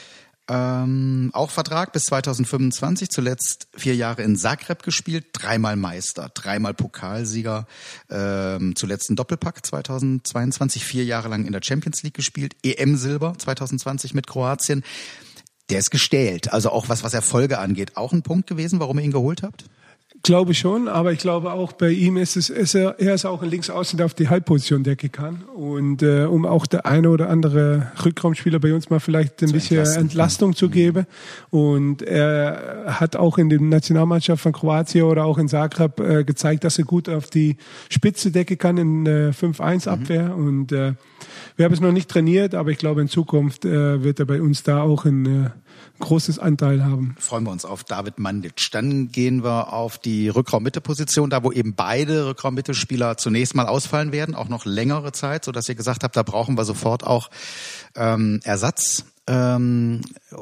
Auch Vertrag bis 2025, zuletzt 4 Jahre in Zagreb gespielt, 3-mal Meister, 3-mal Pokalsieger, zuletzt ein Doppelpack 2022, 4 Jahre lang in der Champions League gespielt, EM-Silber 2020 mit Kroatien. Der ist gestählt, also auch was Erfolge angeht, auch ein Punkt gewesen, warum ihr ihn geholt habt? Glaube schon, aber ich glaube auch bei ihm er ist auch ein Linksaußen, der auf die Halbposition decken kann und um auch der eine oder andere Rückraumspieler bei uns mal vielleicht ein bisschen Entlastung zu geben und er hat auch in der Nationalmannschaft von Kroatien oder auch in Zagreb gezeigt, dass er gut auf die Spitze decken kann in 5-1 Abwehr und wir haben es noch nicht trainiert, aber ich glaube in Zukunft wird er bei uns da auch ein großes Anteil haben. Freuen wir uns auf David Mandic. Dann gehen wir auf die Rückraum-Mitte-Position, da wo eben beide Rückraum-Mitte-Spieler zunächst mal ausfallen werden, auch noch längere Zeit, sodass ihr gesagt habt, da brauchen wir sofort auch Ersatz. Also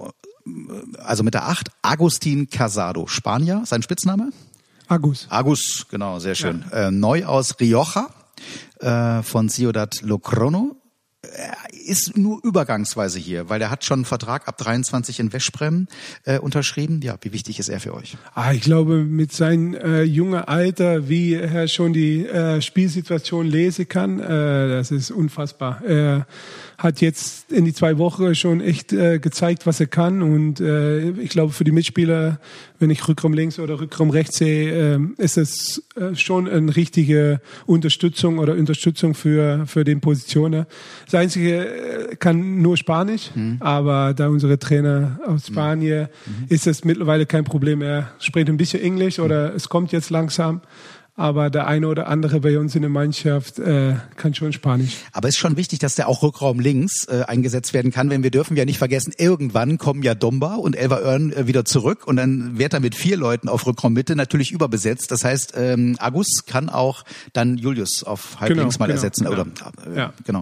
mit der 8, Agustin Casado, Spanier, sein Spitzname? Agus, genau, sehr schön. Ja. Neu aus Rioja von Ciudad Logroño. Er ist nur übergangsweise hier, weil er hat schon einen Vertrag ab 23 in Veszprem unterschrieben. Ja, wie wichtig ist er für euch? Ich glaube, mit seinem jungen Alter, wie er schon die Spielsituation lesen kann, das ist unfassbar. Er hat jetzt in die 2 Wochen schon echt gezeigt, was er kann und ich glaube, für die Mitspieler, wenn ich Rückraum links oder Rückraum rechts sehe, ist es schon eine richtige Unterstützung für den Positionen. Das Einzige, kann nur Spanisch, aber da unsere Trainer aus Spanien ist es mittlerweile kein Problem. Er spricht ein bisschen Englisch oder es kommt jetzt langsam. Aber der eine oder andere bei uns in der Mannschaft kann schon Spanisch. Aber es ist schon wichtig, dass der auch Rückraum links eingesetzt werden kann, denn wir dürfen ja nicht vergessen, irgendwann kommen ja Domba und Elva Örn wieder zurück und dann wird er mit 4 Leuten auf Rückraummitte natürlich überbesetzt. Das heißt, Agus kann auch dann Julius auf halblinks mal ersetzen. Oder, genau.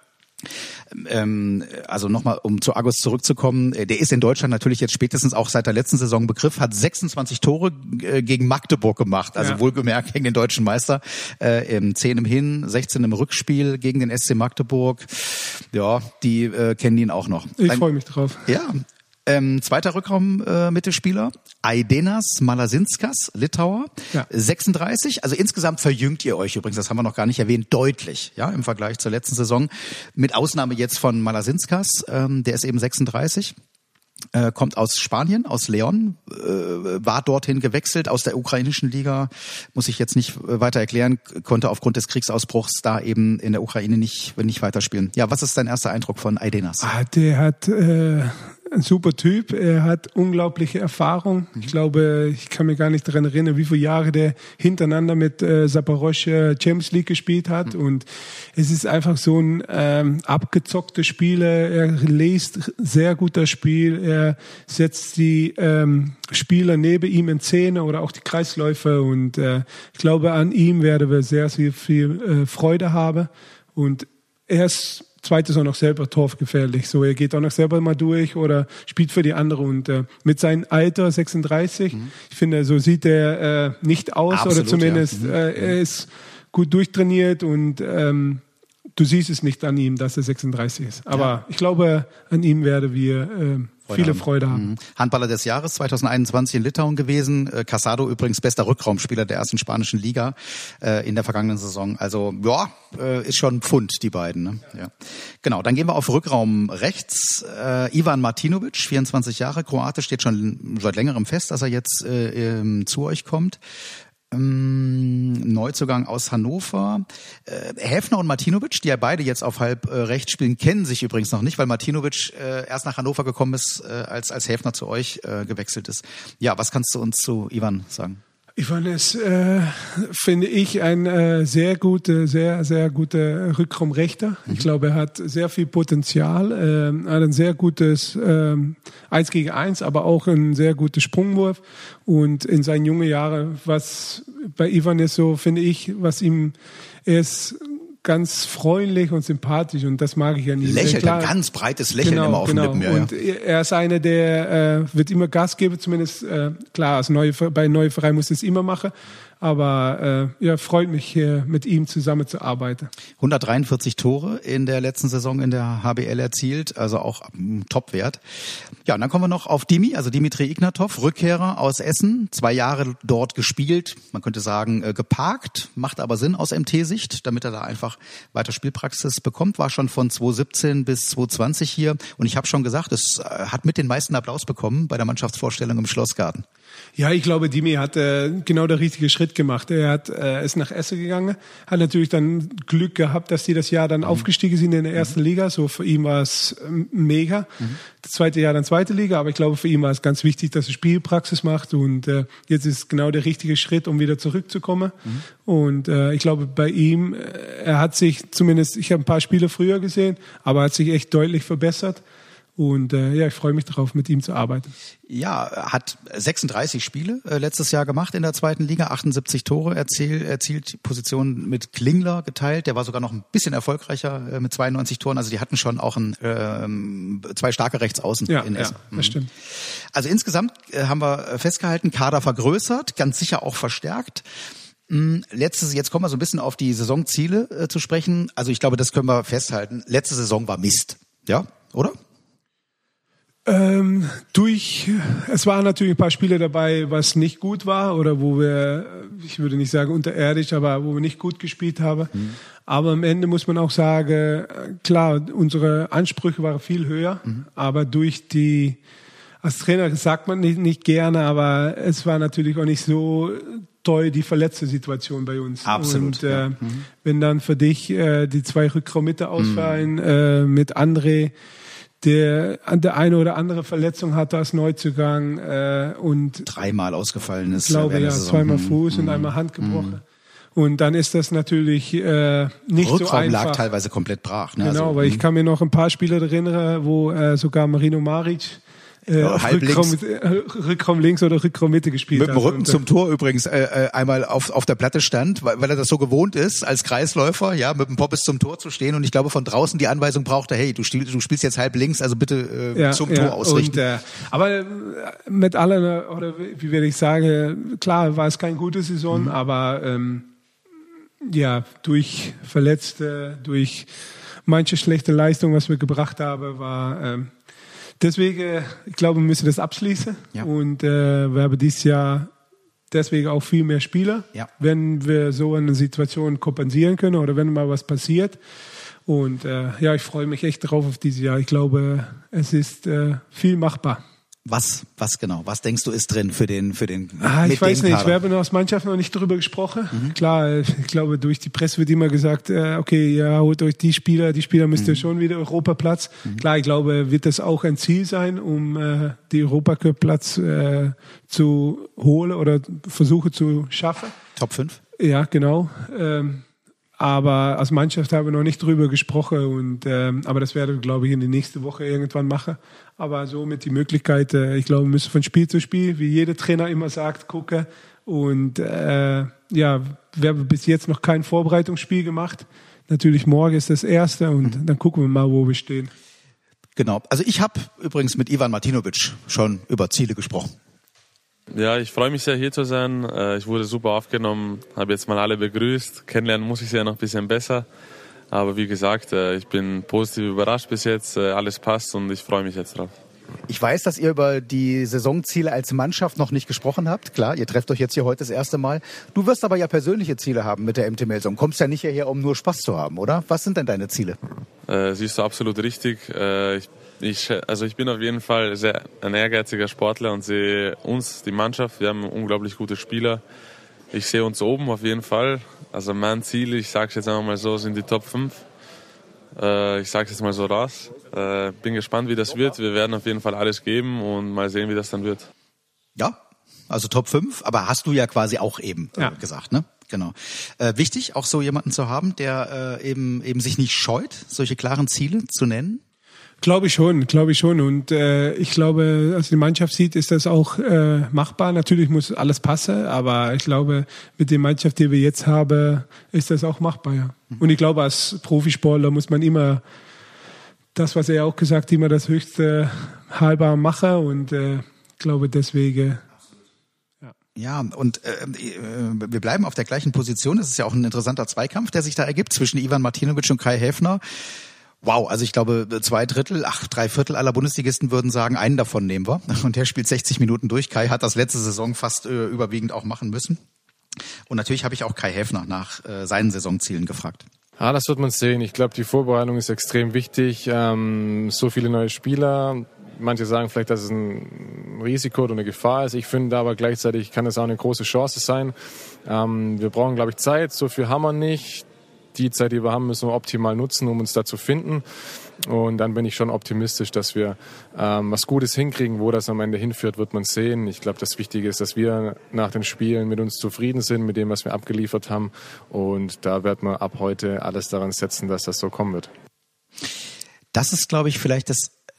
Also nochmal, um zu Agus zurückzukommen, der ist in Deutschland natürlich jetzt spätestens auch seit der letzten Saison Begriff, hat 26 Tore gegen Magdeburg gemacht, also wohlgemerkt gegen den deutschen Meister, 10 im Hin, 16 im Rückspiel gegen den SC Magdeburg. Ja, die kennen ihn auch noch. Ich freue mich drauf. Ja. Zweiter Rückraum-Mittelspieler, Aidenas Malasinskas, Litauer, 36. Also insgesamt verjüngt ihr euch übrigens, das haben wir noch gar nicht erwähnt, deutlich, ja, im Vergleich zur letzten Saison. Mit Ausnahme jetzt von Malasinskas, der ist eben 36. Kommt aus Spanien, aus León, war dorthin gewechselt aus der ukrainischen Liga, muss ich jetzt nicht weiter erklären, konnte aufgrund des Kriegsausbruchs da eben in der Ukraine nicht weiterspielen. Ja, was ist dein erster Eindruck von Aidenas? Der hat ein super Typ, er hat unglaubliche Erfahrung. Ich glaube, ich kann mich gar nicht daran erinnern, wie viele Jahre der hintereinander mit Zaporozhye Champions League gespielt hat. Und es ist einfach so ein abgezockter Spieler. Er liest sehr gut das Spiel. Er setzt die Spieler neben ihm in Szene oder auch die Kreisläufer. Und ich glaube, an ihm werden wir sehr, sehr viel Freude haben. Und er ist zweites auch noch selber torgefährlich. So, er geht auch noch selber mal durch oder spielt für die andere. Und mit seinem Alter 36, ich finde, so sieht er nicht aus. Absolut, oder zumindest er ist gut durchtrainiert und du siehst es nicht an ihm, dass er 36 ist. Aber ich glaube, an ihm werden wir viele Freude haben. Handballer des Jahres 2021 in Litauen gewesen. Casado übrigens bester Rückraumspieler der ersten spanischen Liga in der vergangenen Saison. Also ist schon ein Pfund, die beiden. Ne? Ja. Genau, dann gehen wir auf Rückraum rechts. Ivan Martinovic, 24 Jahre, Kroate, steht schon seit längerem fest, dass er jetzt zu euch kommt. Neuzugang aus Hannover. Häfner und Martinovic, die ja beide jetzt auf halb rechts spielen, kennen sich übrigens noch nicht, weil Martinovic erst nach Hannover gekommen ist, als Häfner zu euch gewechselt ist. Ja, was kannst du uns zu Ivan sagen? Ivan ist, finde ich, ein sehr guter Rückraumrechter. Ich glaube, er hat sehr viel Potenzial, hat ein sehr gutes 1 gegen 1, aber auch ein sehr gutes Sprungwurf. Und in seinen jungen Jahren, was bei Ivan ist so, finde ich, er ist ganz freundlich und sympathisch und das mag ich an ihm. Lächelt, ein ganz breites Lächeln immer auf den Lippen. Ja, und er ist einer, der wird immer Gas geben, zumindest klar, bei neuen Verein muss es immer machen, aber freut mich, mit ihm zusammenzuarbeiten. 143 Tore in der letzten Saison in der HBL erzielt, also auch Topwert. Ja, und dann kommen wir noch auf Dimitri Ignatov, Rückkehrer aus Essen, 2 Jahre dort gespielt, man könnte sagen geparkt, macht aber Sinn aus MT-Sicht, damit er da einfach weiter Spielpraxis bekommt, war schon von 2017 bis 2020 hier und ich habe schon gesagt, es hat mit den meisten Applaus bekommen bei der Mannschaftsvorstellung im Schlossgarten. Ja, ich glaube, Dimi hat genau der richtige Schritt gemacht. Er ist nach Essen gegangen, hat natürlich dann Glück gehabt, dass die das Jahr dann aufgestiegen sind in der ersten Liga. So für ihn war es mega. Das zweite Jahr dann zweite Liga, aber ich glaube, für ihn war es ganz wichtig, dass er Spielpraxis macht und jetzt ist genau der richtige Schritt, um wieder zurückzukommen. Und ich glaube, bei ihm, er hat sich zumindest, ich habe ein paar Spiele früher gesehen, aber hat sich echt deutlich verbessert. Und ich freue mich darauf, mit ihm zu arbeiten. Ja, hat 36 Spiele letztes Jahr gemacht in der zweiten Liga, 78 Tore erzielt, die Position mit Klingler geteilt. Der war sogar noch ein bisschen erfolgreicher mit 92 Toren. Also die hatten schon auch 2 starke Rechtsaußen in Essen. Ja, das stimmt. Also insgesamt haben wir festgehalten, Kader vergrößert, ganz sicher auch verstärkt. Jetzt kommen wir so ein bisschen auf die Saisonziele zu sprechen. Also ich glaube, das können wir festhalten. Letzte Saison war Mist. Ja, oder? Es waren natürlich ein paar Spiele dabei, was nicht gut war oder wo wir, ich würde nicht sagen unterirdisch, aber wo wir nicht gut gespielt haben. Aber am Ende muss man auch sagen, klar, unsere Ansprüche waren viel höher, aber als Trainer sagt man nicht gerne, aber es war natürlich auch nicht so toll die verletzte Situation bei uns. Absolut. Und wenn dann für dich die 2 Rückraummitte ausfallen mit André, der eine oder andere Verletzung hatte als Neuzugang und 3-mal ausgefallen ist. Ich glaube, ja, 2-mal Fuß und einmal Hand gebrochen. Und dann ist das natürlich nicht Rückraum so einfach. lag teilweise komplett brach. Ne? Genau, weil ich kann mir noch ein paar Spieler erinnern, wo sogar Marino Maric Rückraum links oder Rückraum Mitte gespielt hat. Mit dem Rücken zum Tor übrigens einmal auf der Platte stand, weil er das so gewohnt ist, als Kreisläufer, ja, mit dem Poppes zum Tor zu stehen und ich glaube von draußen die Anweisung brauchte, hey, du spielst jetzt halb links, also bitte zum Tor ausrichten. Und, aber mit allen, oder wie will ich sagen, klar war es keine gute Saison, aber durch Verletzte, durch manche schlechte Leistung, was wir gebracht haben, war deswegen, ich glaube, wir müssen das abschließen. Ja. Und wir haben dieses Jahr deswegen auch viel mehr Spieler, wenn wir so eine Situation kompensieren können oder wenn mal was passiert. Und ich freue mich echt drauf auf dieses Jahr. Ich glaube, es ist viel machbar. Was genau? Was denkst du ist drin für den ich weiß nicht, wir haben als Mannschaft noch nicht darüber gesprochen. Klar, ich glaube, durch die Presse wird immer gesagt, okay, ja, holt euch die Spieler müsst ihr schon wieder Europaplatz. Klar, ich glaube, wird das auch ein Ziel sein, um die Europacup-Platz zu holen oder versuchen zu schaffen. Top 5? Ja, genau. Aber als Mannschaft haben wir noch nicht drüber gesprochen und aber das werden wir, glaube ich, in der nächsten Woche irgendwann machen. Aber so mit die Möglichkeit, ich glaube, wir müssen von Spiel zu Spiel, wie jeder Trainer immer sagt, gucken. Und wir haben bis jetzt noch kein Vorbereitungsspiel gemacht. Natürlich morgen ist das erste und dann gucken wir mal, wo wir stehen. Genau. Also ich habe übrigens mit Ivan Martinovic schon über Ziele gesprochen. Ja, ich freue mich sehr, hier zu sein. Ich wurde super aufgenommen, habe jetzt mal alle begrüßt. Kennenlernen muss ich sie ja noch ein bisschen besser. Aber wie gesagt, ich bin positiv überrascht bis jetzt. Alles passt und ich freue mich jetzt drauf. Ich weiß, dass ihr über die Saisonziele als Mannschaft noch nicht gesprochen habt. Klar, ihr trefft euch jetzt hier heute das erste Mal. Du wirst aber ja persönliche Ziele haben mit der MT Melsungen. Kommst ja nicht hierher, um nur Spaß zu haben, oder? Was sind denn deine Ziele? Siehst du absolut richtig. Ich bin auf jeden Fall ein ehrgeiziger Sportler und sehe uns, die Mannschaft, wir haben unglaublich gute Spieler. Ich sehe uns oben auf jeden Fall. Also mein Ziel, ich sage es jetzt einfach mal so, sind die Top 5. Ich sage es jetzt mal so raus. Bin gespannt, wie das wird. Wir werden auf jeden Fall alles geben und mal sehen, wie das dann wird. Ja, also Top 5, aber hast du ja quasi auch eben gesagt, ne? Genau. Wichtig, auch so jemanden zu haben, der eben sich nicht scheut, solche klaren Ziele zu nennen. Glaube ich schon. Und ich glaube, als die Mannschaft sieht, ist das auch machbar. Natürlich muss alles passen, aber ich glaube, mit der Mannschaft, die wir jetzt haben, ist das auch machbar, ja. Und ich glaube, als Profisportler muss man immer das, was er auch gesagt hat, immer das Höchste halber machen. Und ich glaube, deswegen... Ja, und wir bleiben auf der gleichen Position. Das ist ja auch ein interessanter Zweikampf, der sich da ergibt zwischen Ivan Martinovic und Kai Häfner. Wow, also ich glaube 3/4 aller Bundesligisten würden sagen, einen davon nehmen wir. Und der spielt 60 Minuten durch. Kai hat das letzte Saison fast überwiegend auch machen müssen. Und natürlich habe ich auch Kai Häfner nach seinen Saisonzielen gefragt. Ja, das wird man sehen. Ich glaube, die Vorbereitung ist extrem wichtig. So viele neue Spieler. Manche sagen vielleicht, dass es ein Risiko oder eine Gefahr ist. Ich finde aber gleichzeitig kann es auch eine große Chance sein. Wir brauchen, glaube ich, Zeit. So viel haben wir nicht. Die Zeit, die wir haben, müssen wir optimal nutzen, um uns da zu finden. Und dann bin ich schon optimistisch, dass wir was Gutes hinkriegen. Wo das am Ende hinführt, wird man sehen. Ich glaube, das Wichtige ist, dass wir nach den Spielen mit uns zufrieden sind, mit dem, was wir abgeliefert haben. Und da wird man ab heute alles daran setzen, dass das so kommen wird. Das ist, glaube ich, vielleicht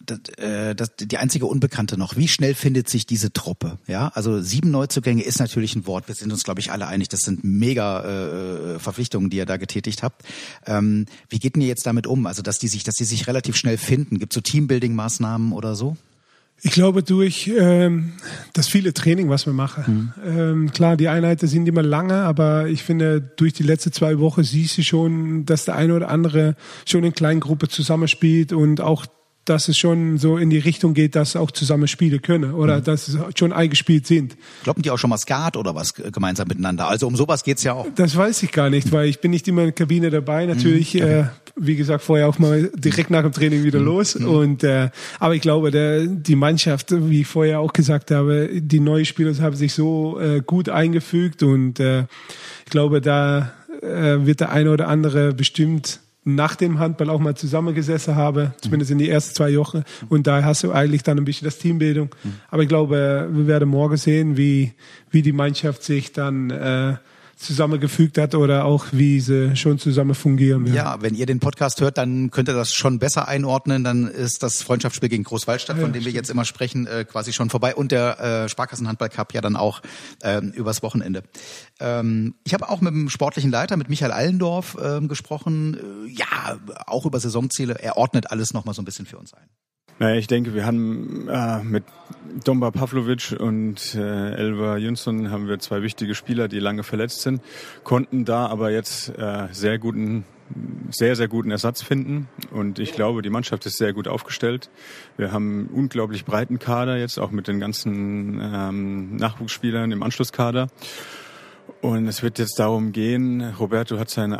die einzige Unbekannte noch. Wie schnell findet sich diese Truppe? Ja, also 7 Neuzugänge ist natürlich ein Wort. Wir sind uns, glaube ich, alle einig. Das sind mega Verpflichtungen, die ihr da getätigt habt. Wie geht denn ihr jetzt damit um? Also, dass die sich relativ schnell finden. Gibt es so Teambuilding-Maßnahmen oder so? Ich glaube, durch das viele Training, was wir machen. Klar, die Einheiten sind immer lange, aber ich finde, durch die letzten 2 Wochen siehst du schon, dass der eine oder andere schon in kleinen Gruppen zusammenspielt und auch dass es schon so in die Richtung geht, dass auch zusammen spielen können oder dass es schon eingespielt sind. Kloppen die auch schon mal Skat oder was gemeinsam miteinander? Also um sowas geht's ja auch. Das weiß ich gar nicht, weil ich bin nicht immer in der Kabine dabei. Natürlich wie gesagt, vorher auch mal direkt nach dem Training wieder los. Und aber ich glaube, die Mannschaft, wie ich vorher auch gesagt habe, die neuen Spieler haben sich so gut eingefügt und ich glaube, da wird der eine oder andere bestimmt nach dem Handball auch mal zusammengesessen habe, zumindest in die ersten 2 Wochen. Und da hast du eigentlich dann ein bisschen das Teambildung. Aber ich glaube, wir werden morgen sehen, wie die Mannschaft sich dann zusammengefügt hat oder auch wie sie schon zusammen fungieren. Ja, wenn ihr den Podcast hört, dann könnt ihr das schon besser einordnen. Dann ist das Freundschaftsspiel gegen Großwaldstadt, von dem wir jetzt immer sprechen, quasi schon vorbei. Und der Sparkassenhandball-Cup ja dann auch übers Wochenende. Ich habe auch mit dem sportlichen Leiter, mit Michael Allendorf gesprochen. Ja, auch über Saisonziele. Er ordnet alles nochmal so ein bisschen für uns ein. Naja, ich denke, wir haben mit Domba Pavlovic und Elva Jönsson haben wir 2 wichtige Spieler, die lange verletzt sind, konnten da aber jetzt sehr, sehr guten Ersatz finden. Und ich glaube, die Mannschaft ist sehr gut aufgestellt. Wir haben einen unglaublich breiten Kader jetzt, auch mit den ganzen Nachwuchsspielern im Anschlusskader. Und es wird jetzt darum gehen, Roberto hat seine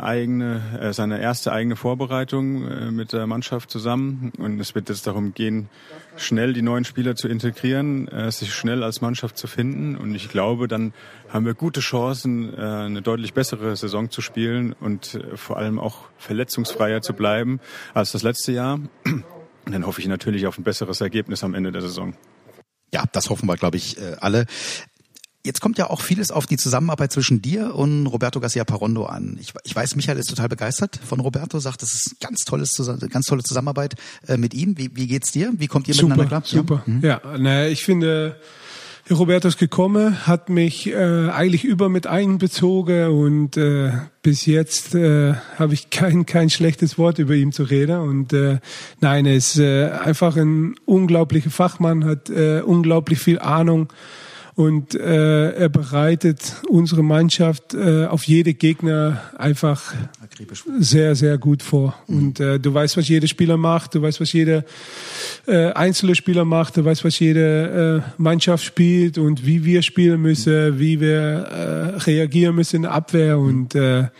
erste eigene Vorbereitung mit der Mannschaft zusammen. Und es wird jetzt darum gehen, schnell die neuen Spieler zu integrieren, sich schnell als Mannschaft zu finden. Und ich glaube, dann haben wir gute Chancen, eine deutlich bessere Saison zu spielen und vor allem auch verletzungsfreier zu bleiben als das letzte Jahr. Und dann hoffe ich natürlich auf ein besseres Ergebnis am Ende der Saison. Ja, das hoffen wir, glaube ich, alle. Jetzt kommt ja auch vieles auf die Zusammenarbeit zwischen dir und Roberto Garcia Parrondo an. Ich weiß, Michael ist total begeistert von Roberto, sagt, das ist ganz tolle Zusammenarbeit mit ihm. Wie geht's dir? Wie kommt ihr miteinander klar? Super. Ja, ich finde, Roberto ist gekommen, hat mich eigentlich mit einbezogen und bis jetzt habe ich kein schlechtes Wort über ihn zu reden. Und nein, er ist einfach ein unglaublicher Fachmann, hat unglaublich viel Ahnung. Und er bereitet unsere Mannschaft auf jede Gegner einfach sehr, sehr gut vor. Und du weißt, was jeder Spieler macht, du weißt, was jeder einzelne Spieler macht, du weißt, was jede Mannschaft spielt und wie wir spielen müssen, wie wir reagieren müssen in der Abwehr und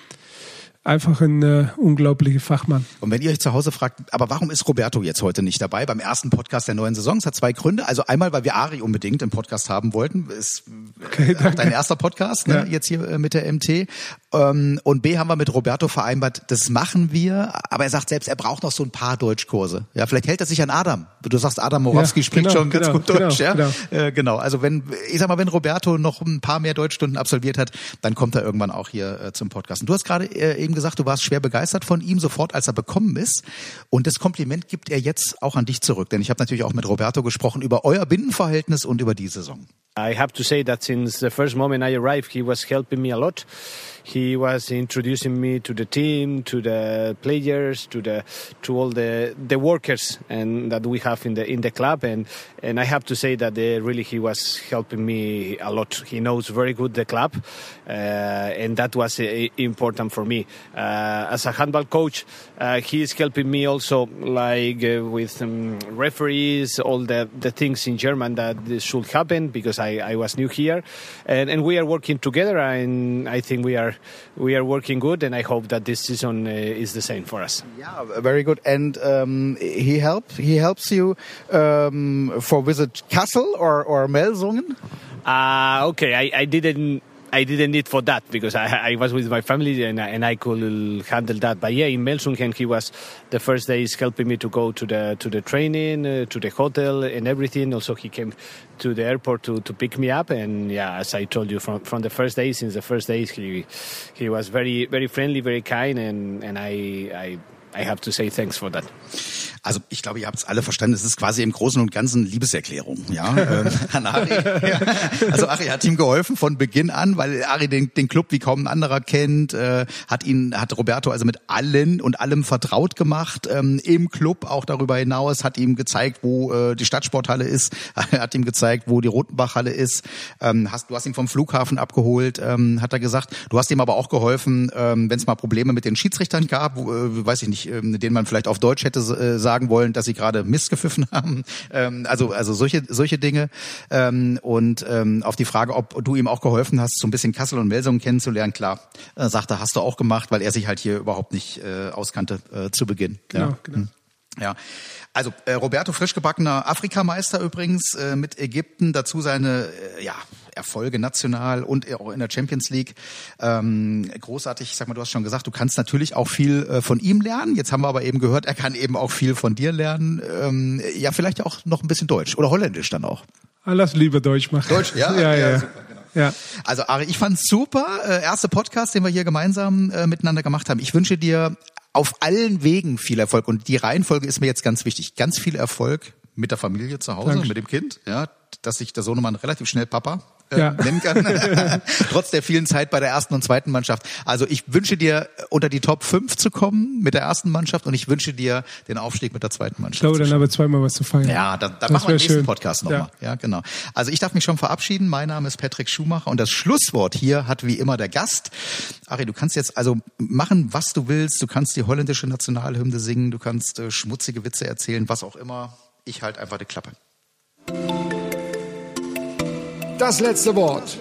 einfach ein unglaublicher Fachmann. Und wenn ihr euch zu Hause fragt, aber warum ist Roberto jetzt heute nicht dabei beim ersten Podcast der neuen Saison? Es hat 2 Gründe. Also einmal, weil wir Ari unbedingt im Podcast haben wollten. Ist auch dein erster Podcast, ne? Jetzt hier mit der MT. Und B, haben wir mit Roberto vereinbart, das machen wir. Aber er sagt selbst, er braucht noch so ein paar Deutschkurse. Ja, vielleicht hält er sich an Adam. Du sagst, Adam Morawski spricht schon ganz gut Deutsch. Genau. Also wenn Roberto noch ein paar mehr Deutschstunden absolviert hat, dann kommt er irgendwann auch hier zum Podcast. Und du hast gerade eben gesagt, du warst schwer begeistert von ihm, sofort als er bekommen ist. Und das Kompliment gibt er jetzt auch an dich zurück. Denn ich habe natürlich auch mit Roberto gesprochen über euer Binnenverhältnis und über die Saison. I have to say that since the first moment I arrived, he was helping me a lot. He was introducing me to the team, to the players, to all the workers and that we have in the club, and I have to say that really he was helping me a lot. He knows very good the club, and that was important for me. As a handball coach, he is helping me also, like with referees, all the things in German that should happen because I was new here, and we are working together, and I think we are working good, and I hope that this season is the same for us. Yeah, very good. And he helps you for visit Kassel or Melsungen? Okay, I didn't need for that because I was with my family and I could handle that. But yeah, in Melsungen he was the first days helping me to go to the training, to the hotel and everything. Also he came to the airport to pick me up, and yeah, as I told you from the first days, since the first days he was very, very friendly, very kind, and I have to say thanks for that. Also ich glaube, ihr habt es alle verstanden. Es ist quasi im Großen und Ganzen Liebeserklärung, ja, an Ari. Ja. Also Ari hat ihm geholfen von Beginn an, weil Ari den Club wie kaum ein anderer kennt, hat Roberto also mit allen und allem vertraut gemacht, im Club auch darüber hinaus, hat ihm gezeigt, wo die Stadtsporthalle ist, hat ihm gezeigt, wo die Rotenbachhalle ist, du hast ihn vom Flughafen abgeholt, hat er gesagt. Du hast ihm aber auch geholfen, wenn es mal Probleme mit den Schiedsrichtern gab, weiß ich nicht, denen man vielleicht auf Deutsch hätte sagen sagen wollen, dass sie gerade Mist gepfiffen haben. Also solche Dinge. Und auf die Frage, ob du ihm auch geholfen hast, so ein bisschen Kassel und Melsungen kennenzulernen, klar, sagt er, hast du auch gemacht, weil er sich halt hier überhaupt nicht auskannte zu Beginn. Genau. Ja, also Roberto frischgebackener Afrikameister übrigens mit Ägypten, dazu seine Erfolge national und auch in der Champions League. Großartig, ich sag mal, du hast schon gesagt, du kannst natürlich auch viel von ihm lernen. Jetzt haben wir aber eben gehört, er kann eben auch viel von dir lernen. Vielleicht auch noch ein bisschen Deutsch oder Holländisch dann auch. Lass lieber Deutsch machen. Deutsch, ja, super, genau. Ja. Also Ari, ich fand's super. Erster Podcast, den wir hier gemeinsam miteinander gemacht haben. Ich wünsche dir auf allen Wegen viel Erfolg. Und die Reihenfolge ist mir jetzt ganz wichtig. Ganz viel Erfolg mit der Familie zu Hause, mit dem Kind, ja, dass sich der Sohnemann relativ schnell Papa nennen kann, trotz der vielen Zeit bei der ersten und zweiten Mannschaft. Also ich wünsche dir, unter die Top 5 zu kommen mit der ersten Mannschaft und ich wünsche dir den Aufstieg mit der zweiten Mannschaft. Ich glaube, dann aber zweimal was zu feiern. Ja, dann machen wir den nächsten Podcast nochmal. Ja, genau. Also ich darf mich schon verabschieden. Mein Name ist Patrick Schumacher und das Schlusswort hier hat wie immer der Gast. Ari, du kannst jetzt also machen, was du willst. Du kannst die holländische Nationalhymne singen, du kannst schmutzige Witze erzählen, was auch immer. Ich halt einfach die Klappe. Das letzte Wort.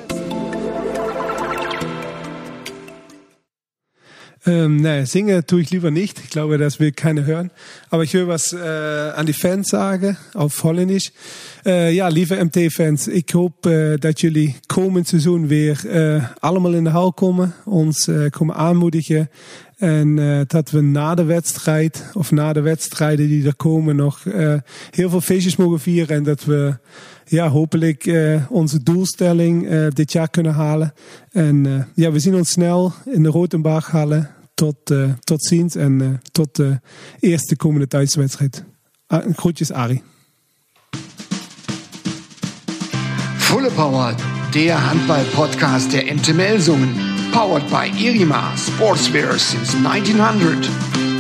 Nee, singen tue ich lieber nicht. Ich glaube, das will keiner hören. Aber ich will was an die Fans sagen, auf Holländisch. Lieve MT-Fans, ik hoop dat jullie komend seizoen weer allemaal in de hal komen. Ons komen aanmoedigen. En dat we na de wedstrijd, of na de wedstrijden die er komen, nog heel veel feestjes mogen vieren. En dat we hopelijk onze doelstelling dit jaar kunnen halen. En we zien ons snel in de Rotenbachhalle. Tot ziens en tot de eerste komende thuiswedstrijd. Groetjes, Ari. Fulle Power, der Handball-Podcast der MT Melsungen. Powered by Irima Sportswear since 1900.